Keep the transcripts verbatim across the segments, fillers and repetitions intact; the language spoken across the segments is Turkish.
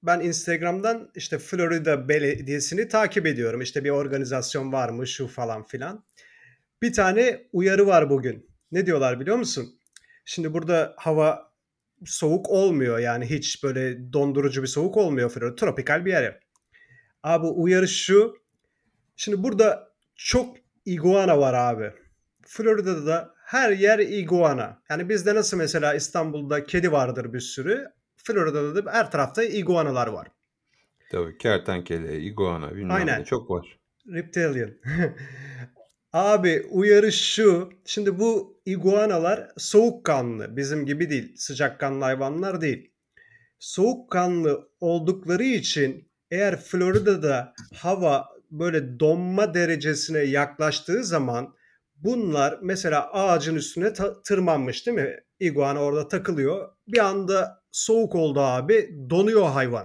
ben Instagram'dan işte Florida Belediyesi'ni takip ediyorum. İşte bir organizasyon var mı şu falan filan. Bir tane uyarı var bugün. Ne diyorlar biliyor musun? Şimdi burada hava soğuk olmuyor yani hiç böyle dondurucu bir soğuk olmuyor Florida. Tropikal bir yer. Abi uyarı şu. Şimdi burada çok iguana var abi. Florida'da da her yer iguana. Yani bizde nasıl mesela İstanbul'da kedi vardır bir sürü. Florida'da da her tarafta iguanalar var. Tabii kertenkele, iguana bilmem ne Aynen. çok var. Reptilian. Abi uyarı şu. Şimdi bu iguanalar soğukkanlı. Bizim gibi değil. Sıcakkanlı hayvanlar değil. Soğukkanlı oldukları için eğer Florida'da hava böyle donma derecesine yaklaştığı zaman bunlar mesela ağacın üstüne ta- tırmanmış değil mi? İguana orada takılıyor. Bir anda soğuk oldu abi. Donuyor hayvan.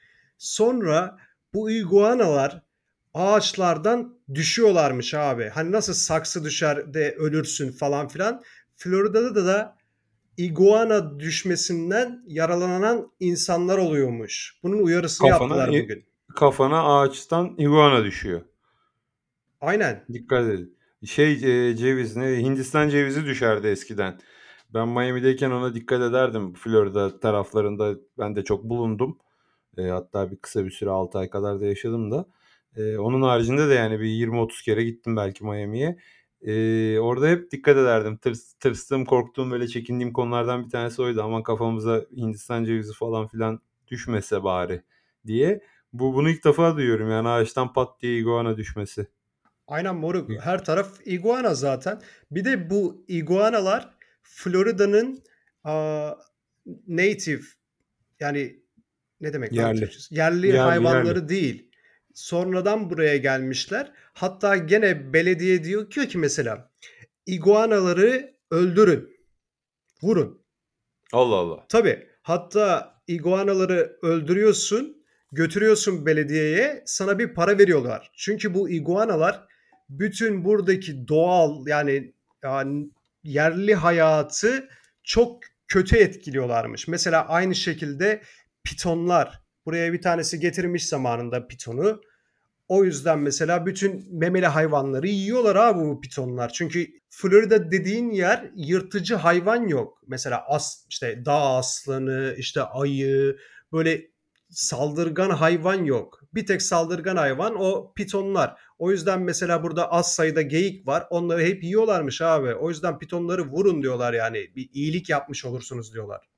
Sonra bu iguanalar ağaçlardan düşüyorlarmış abi. Hani nasıl saksı düşer de ölürsün falan filan. Florida'da da, da iguana düşmesinden yaralanan insanlar oluyormuş. Bunun uyarısını Kafana yaptılar i- bugün. kafana ağaçtan iguana düşüyor. Aynen. Dikkat edin. Şey e, ceviz ne Hindistan cevizi düşerdi eskiden. Ben Miami'deyken ona dikkat ederdim. Florida taraflarında ben de çok bulundum. E, hatta bir kısa bir süre altı ay kadar da yaşadım da. E, onun haricinde de yani bir yirmi otuz kere gittim belki Miami'ye. E, orada hep dikkat ederdim. Tırs, tırstığım, korktuğum, böyle çekindiğim konulardan bir tanesi oydu. Aman kafamıza Hindistan cevizi falan filan düşmese bari diye. Bu bunu ilk defa duyuyorum yani ağaçtan pat diye iguana düşmesi. Aynen moruk. Her taraf iguana zaten. Bir de bu iguanalar Florida'nın aa, native yani ne demek lan Yerli. Türkçesi? Yerli Yerli, yerli. hayvanları değil. Sonradan buraya gelmişler. Hatta gene belediye diyor ki ki mesela iguanaları öldürün, vurun. Allah Allah. Tabii. Hatta iguanaları öldürüyorsun, götürüyorsun belediyeye, sana bir para veriyorlar. Çünkü bu iguanalar bütün buradaki doğal yani, yani yerli hayatı çok kötü etkiliyorlarmış. Mesela aynı şekilde pitonlar. Buraya bir tanesi getirmiş zamanında pitonu. O yüzden mesela bütün memeli hayvanları yiyorlar abi bu pitonlar. Çünkü Florida dediğin yer yırtıcı hayvan yok. Mesela as, işte dağ aslanı, işte ayı, böyle saldırgan hayvan yok. Bir tek saldırgan hayvan o pitonlar. O yüzden mesela burada az sayıda geyik var. Onları hep yiyorlarmış abi. O yüzden pitonları vurun diyorlar yani. Bir iyilik yapmış olursunuz diyorlar.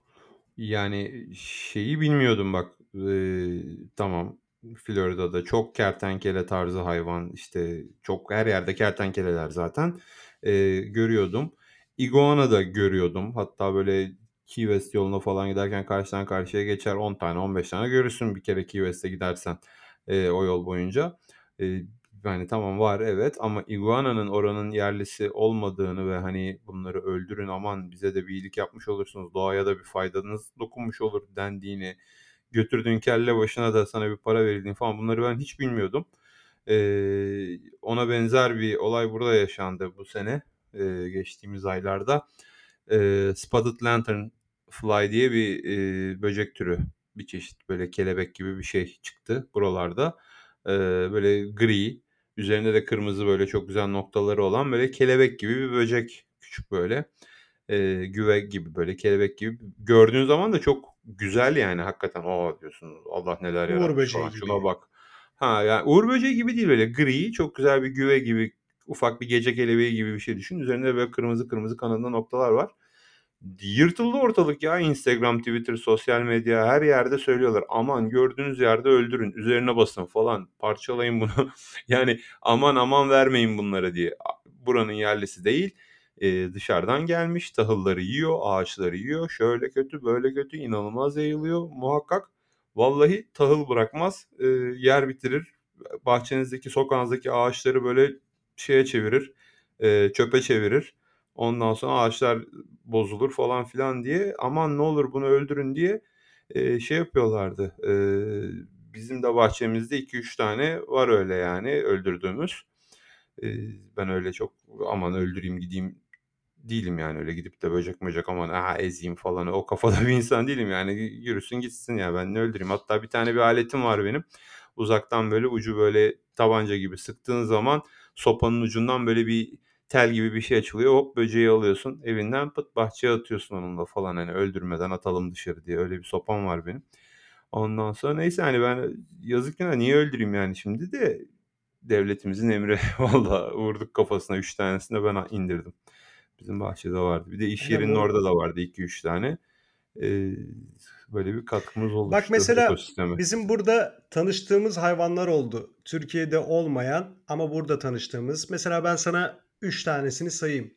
Yani şeyi bilmiyordum bak. Eee, tamam. Florida'da çok kertenkele tarzı hayvan işte çok her yerde kertenkeleler zaten. Eee, görüyordum. Iguana da görüyordum. Hatta böyle Key West yoluna falan giderken karşıdan karşıya geçer on tane on beş tane görürsün bir kere Key West'e gidersen eee, o yol boyunca. Eee, Yani tamam var evet ama iguana'nın oranın yerlisi olmadığını ve, hani, bunları öldürün, aman bize de bir iyilik yapmış olursunuz, doğaya da bir faydanız dokunmuş olur dendiğini, götürdüğün kelle başına da sana bir para verildiğini falan bunları ben hiç bilmiyordum. Eee, ona benzer bir olay burada yaşandı bu sene, eee, geçtiğimiz aylarda. Eee, Spotted Lanternfly diye bir, eee, böcek türü, bir çeşit böyle kelebek gibi bir şey çıktı buralarda. Eee, böyle gri, üzerinde de kırmızı böyle çok güzel noktaları olan böyle kelebek gibi bir böcek. Küçük böyle. Eee, güve gibi böyle kelebek gibi. Gördüğün zaman da çok güzel yani hakikaten. "A!" diyorsun, "Allah neler Uğur yaratmış." böceği falan. "Şuna gibi. bak." Ha, yani uğur böceği gibi değil böyle gri, çok güzel bir güve gibi, ufak bir gece kelebeği gibi bir şey düşün. Üzerinde böyle kırmızı kırmızı kanadında noktalar var. Yırtıldı ortalık ya. Instagram, Twitter, sosyal medya her yerde söylüyorlar. Aman gördüğünüz yerde öldürün, üzerine basın falan, parçalayın bunu. Yani aman aman vermeyin bunlara diye. Buranın yerlisi değil, eee, dışarıdan gelmiş, tahılları yiyor, ağaçları yiyor. Şöyle kötü, böyle kötü, inanılmaz yayılıyor muhakkak. Vallahi tahıl bırakmaz, eee, yer bitirir. Bahçenizdeki, sokağınızdaki ağaçları böyle şeye çevirir, eee, çöpe çevirir. Ondan sonra ağaçlar bozulur falan filan diye aman ne olur bunu öldürün diye, eee, şey yapıyorlardı. Eee, bizim de bahçemizde iki üç tane var öyle yani öldürdüğümüz. Eee, ben öyle çok aman öldüreyim gideyim değilim yani öyle gidip de böcek möcek aman, aaa, ezeyim falan o kafada bir insan değilim yani. Y yürüsün gitsin ya ben ne öldüreyim. Hatta bir tane bir aletim var benim. Uzaktan böyle ucu böyle tabanca gibi sıktığın zaman sopanın ucundan böyle bir tel gibi bir şey açılıyor. Hop böceği alıyorsun evinden pıt bahçeye atıyorsun onunla falan hani öldürmeden atalım dışarı diye. Öyle bir sopam var benim. Ondan sonra neyse hani ben yazık günah niye öldüreyim yani şimdi de devletimizin emri. Valla vurduk kafasına üç tanesini de ben a indirdim. Bizim bahçede vardı. Bir de iş Aynen yerinin moruk. orada da vardı iki üç tane. Eee, böyle bir katkımız Bak oluştu mesela ekosisteme. bizim burada tanıştığımız hayvanlar oldu. Türkiye'de olmayan ama burada tanıştığımız. Mesela ben sana üç tanesini sayayım.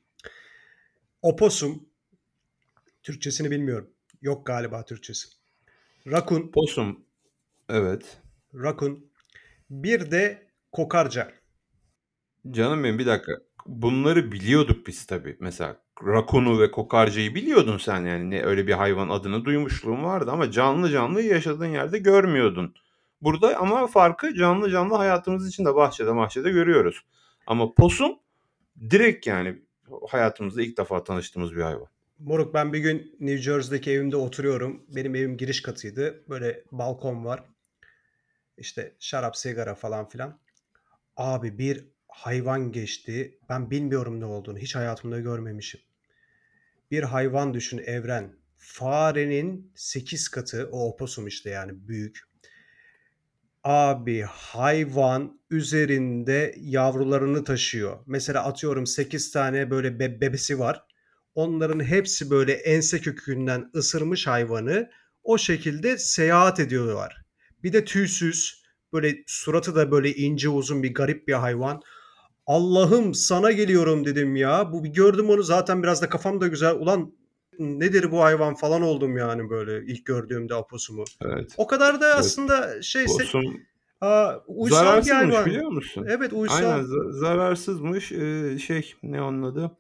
Oposum, Türkçesini bilmiyorum. Yok galiba Türkçesi. Rakun, Possum, evet. rakun. Bir de kokarca. Canım benim bir dakika. Bunları biliyorduk biz tabii. Mesela rakunu ve kokarcayı biliyordun sen yani. Ne öyle bir hayvan adını duymuşluğun vardı ama canlı canlı yaşadığın yerde görmüyordun. Burada ama farkı canlı canlı hayatımız içinde bahçede mahçede görüyoruz. Ama possum direkt yani hayatımızda ilk defa tanıştığımız bir hayvan. Moruk ben bir gün New Jersey'deki evimde oturuyorum. Benim evim giriş katıydı. Böyle balkon var. İşte şarap, sigara falan filan. Abi bir hayvan geçti. Ben bilmiyorum ne olduğunu. Hiç hayatımda görmemişim. Bir hayvan düşün Evren. Farenin sekiz katı. O oposum işte yani büyük. Abi hayvan üzerinde yavrularını taşıyor. Mesela atıyorum sekiz tane böyle be- bebesi var. Onların hepsi böyle ense kökünden ısırmış hayvanı. O şekilde seyahat ediyorlar. Bir de tüysüz. Böyle suratı da böyle ince uzun bir garip bir hayvan. Allah'ım sana geliyorum dedim ya. Bu bir gördüm onu zaten biraz da kafam da güzel. Ulan nedir bu hayvan falan oldum yani böyle ilk gördüğümde Apossum'u. Evet. O kadar da Evet. aslında şeyse Possum Aa, uysal bir zararsızmış hayvan. biliyor musun? Evet Aynen uysal. za zararsızmış. Eee, şey, ne onun adı?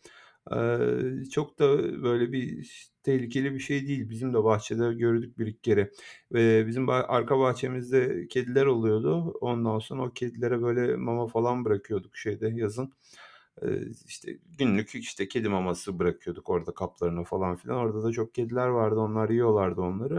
Eee, çok da böyle bir ş tehlikeli bir şey değil. Bizim de bahçede gördük bir iki kere. Eee, bizim ba arka bahçemizde kediler oluyordu. Ondan sonra o kedilere böyle mama falan bırakıyorduk şeyde yazın. Eee, işte günlük işte kedi maması bırakıyorduk orada kaplarına falan filan. Orada da çok kediler vardı. Onlar yiyorlardı onları.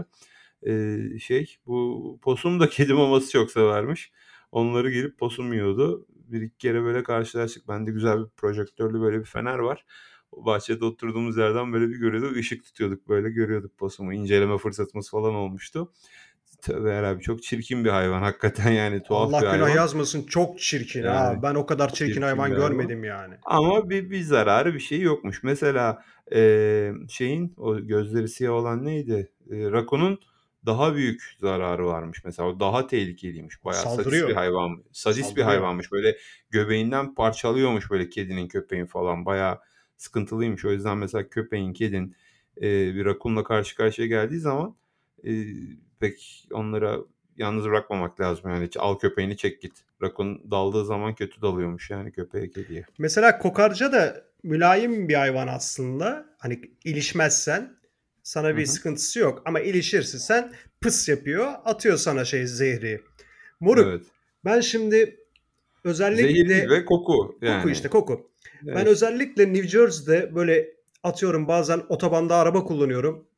Eee, şey, bu Possum da kedi maması çok severmiş. Onları gelip Possum yiyordu. bir iki kere böyle karşılaştık. Bende güzel bir projektörlü böyle bir fener var. O bahçede oturduğumuz yerden böyle bir görüyorduk, ışık tutuyorduk, böyle görüyorduk Possum'u. İnceleme fırsatımız falan olmuştu. Tövbe yarabbim, çok çirkin bir hayvan hakikaten yani tuhaf Allah bir günah hayvan. yazmasın çok çirkin Yani ha. Ben o kadar çirkin çirkin hayvan bir hayvan görmedim yani. ama bir bir zararı, bir şeyi yokmuş. Mesela, eee, şeyin, o gözleri siyah olan neydi? Eee, rakunun daha büyük zararı varmış mesela. O daha tehlikeliymiş. Bayağı sadist bir Saldırıyor. hayvan sadist bir Saldırıyor. hayvanmış. Böyle göbeğinden parçalıyormuş böyle kedinin, köpeğin falan. Bayağı sıkıntılıymış. O yüzden mesela köpeğin, kedin, eee, bir rakunla karşı karşıya geldiği zaman, eee, pek onlara yalnız bırakmamak lazım yani. "Al köpeğini çek git." Rakun daldığı zaman kötü dalıyormuş yani köpeğe, kediye. Mesela kokarca da mülayim bir hayvan aslında. Hani ilişmezsen sana Hı bir hı. sıkıntısı yok. Ama ilişirsin sen pıs yapıyor. Atıyor sana şey zehri. Moruk Evet. ben şimdi Zehir değil özellikle ve koku koku işte yani. koku. Ya, Ben işte, özellikle New Jersey'de böyle atıyorum bazen otobanda araba kullanıyorum.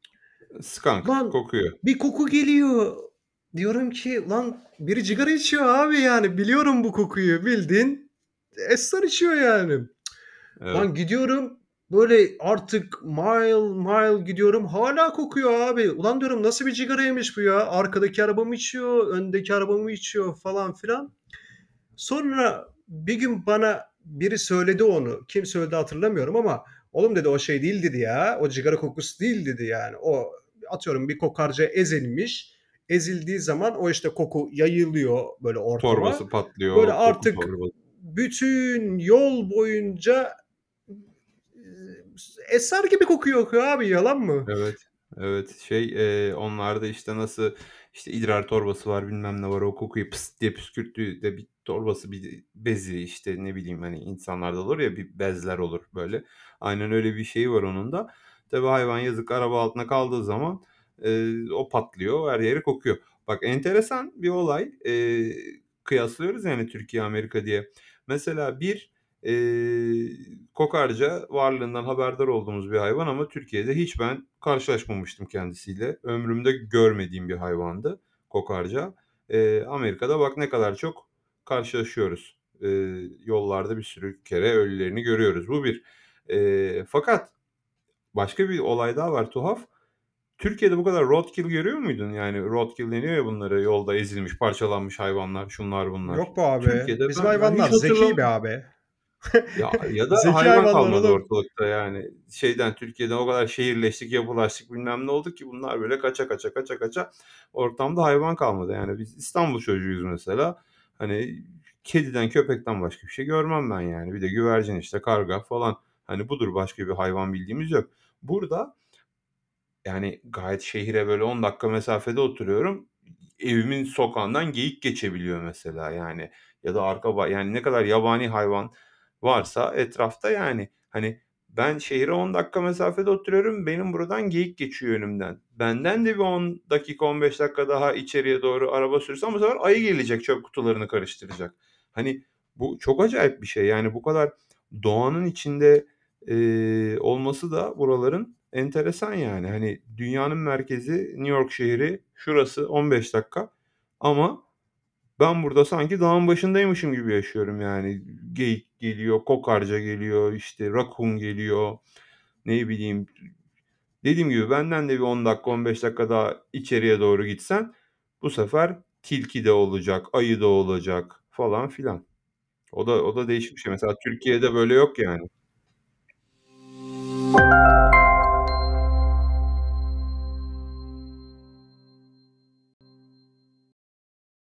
skunk Lan kokuyor. bir koku geliyor. Diyorum ki lan biri cigara içiyor abi yani biliyorum bu kokuyu bildiğin esrar içiyor yani. Evet, Lan gidiyorum böyle artık mile mile gidiyorum hala kokuyor abi. Ulan diyorum nasıl bir cigaraymış bu ya? Arkadaki arabamı içiyor, öndeki arabamı içiyor falan filan. Sonra bir gün bana biri söyledi onu. Kim söyledi hatırlamıyorum ama "Oğlum" dedi, "o şey değil." dedi ya. "O cigara kokusu değil." dedi yani. O atıyorum bir kokarca ezilmiş. Ezildiği zaman o işte koku yayılıyor böyle ortama. torbası Böyle patlıyor, koku artık torbası. bütün yol boyunca eser gibi kokuyor abi yalan mı? Evet, evet. Şey, eee, onlarda, işte, nasıl, işte, idrar torbası var, bilmem ne var, o kokuyu pıs diye püskürttüğü de bir torbası, bir bezi, işte, ne bileyim, hani, insanlarda olur ya, bir bezler olur böyle. Aynen öyle bir şey var onun da. Tabii hayvan yazık araba altında kaldığı zaman, eee, o patlıyor, her yeri kokuyor. Bak enteresan bir olay, eee, kıyaslıyoruz yani Türkiye, Amerika diye. Mesela bir Eee, kokarca varlığından haberdar olduğumuz bir hayvan ama Türkiye'de hiç ben karşılaşmamıştım kendisiyle. Ömrümde görmediğim bir hayvandı kokarca. Eee, Amerika'da bak ne kadar çok karşılaşıyoruz. Eee, yollarda bir sürü kere ölülerini görüyoruz. Bu bir. Eee, fakat başka bir olay daha var tuhaf. Türkiye'de bu kadar roadkill görüyor muydun? Yani roadkill deniyor ya bunlara, yolda ezilmiş, parçalanmış hayvanlar, şunlar bunlar. Yok be abi. Türkiye'de Bizim ben ben hayvanlar hiç zeki be hatırlamıyorum. abi. Ya ya da Zeki hayvan hayvanlar kalmadı oğlum. ortalıkta yani. Şeyden, Türkiye'den o kadar şehirleştik, yapılaştık, bilmem ne olduk ki bunlar böyle kaça kaça, kaça kaça ortamda hayvan kalmadı. Yani biz İstanbul çocuğuyuz mesela. Hani kediden, köpekten başka bir şey görmem ben yani. Bir de güvercin işte, karga falan. Hani budur, başka bir hayvan bildiğimiz yok. Burada yani gayet şehire böyle on dakika mesafede oturuyorum. Evimin sokağından geyik geçebiliyor mesela yani ya da arka bah yani ne kadar yabani hayvan varsa etrafta yani. Hani ben şehire on dakika mesafede oturuyorum, benim buradan geyik geçiyor önümden. Benden de bir on dakika, on beş dakika daha içeriye doğru araba sürsem bu sefer ayı gelecek çöp kutularını karıştıracak. Hani bu çok acayip bir şey. Yani bu kadar doğanın içinde, eee, olması da buraların enteresan yani. Hani dünyanın merkezi New York şehri, şurası on beş dakika ama ben burada sanki dağın başındaymışım gibi yaşıyorum yani. Geyik geliyor, kokarca geliyor, işte rakun geliyor, ne bileyim. Dediğim gibi benden de bir on dakika, on beş dakika daha içeriye doğru gitsen bu sefer tilki de olacak, ayı da olacak falan filan. O da o da değişik bir şey. Mesela Türkiye'de böyle yok yani.